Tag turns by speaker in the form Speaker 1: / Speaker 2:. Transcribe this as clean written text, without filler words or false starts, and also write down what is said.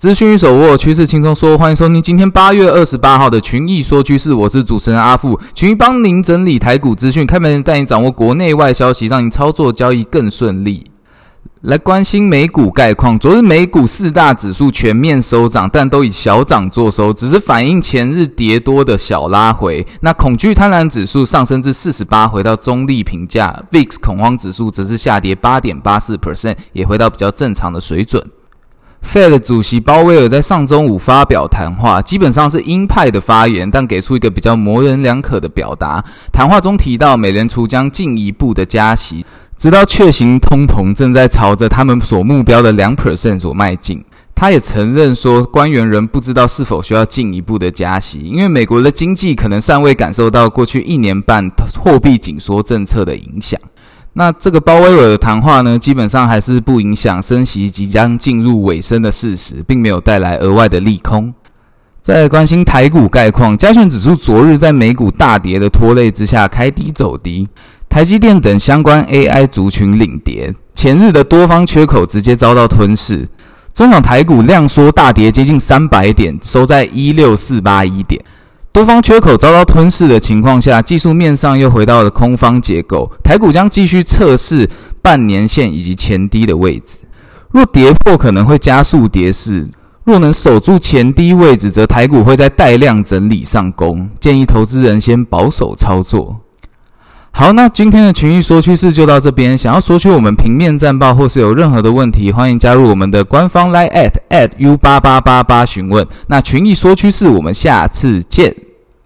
Speaker 1: 资讯一手握，趋势轻松说，欢迎收听今天8月28号的群益说趋势，我是主持人阿富。群益帮您整理台股资讯，开门带您掌握国内外消息，让您操作交易更顺利。来关心美股概况，昨日美股四大指数全面收涨，但都以小涨作收，只是反映前日跌多的小拉回。那恐惧贪婪指数上升至48，回到中立评价。VIX 恐慌指数则是下跌 8.84%， 也回到比较正常的水准。Fed 主席鲍威尔在上周五发表谈话，基本上是鹰派的发言，但给出一个比较模棱两可的表达。谈话中提到，美联储将进一步的加息，直到确行通膨正在朝着他们所目标的 2% 所迈进。他也承认说，官员仍不知道是否需要进一步的加息，因为美国的经济可能尚未感受到过去1年半货币紧缩政策的影响。那这个鲍威尔的谈话呢，基本上还是不影响升息即将进入尾声的事实，并没有带来额外的利空。再来关心台股概况，加权指数昨日在美股大跌的拖累之下开低走低，台积电等相关 AI 族群领跌，前日的多方缺口直接遭到吞噬。中场台股量缩大跌接近300点，收在16481点。多方缺口遭到吞噬的情况下，技术面上又回到了空方结构，台股将继续测试半年线以及前低的位置。若跌破可能会加速跌势，若能守住前低位置，则台股会在带量整理上攻，建议投资人先保守操作。好，那今天的群益说趋势就到这边。想要索取我们平面战报或是有任何的问题，欢迎加入我们的官方 LINE@ U8888 询问。那群益说趋势，我们下次见。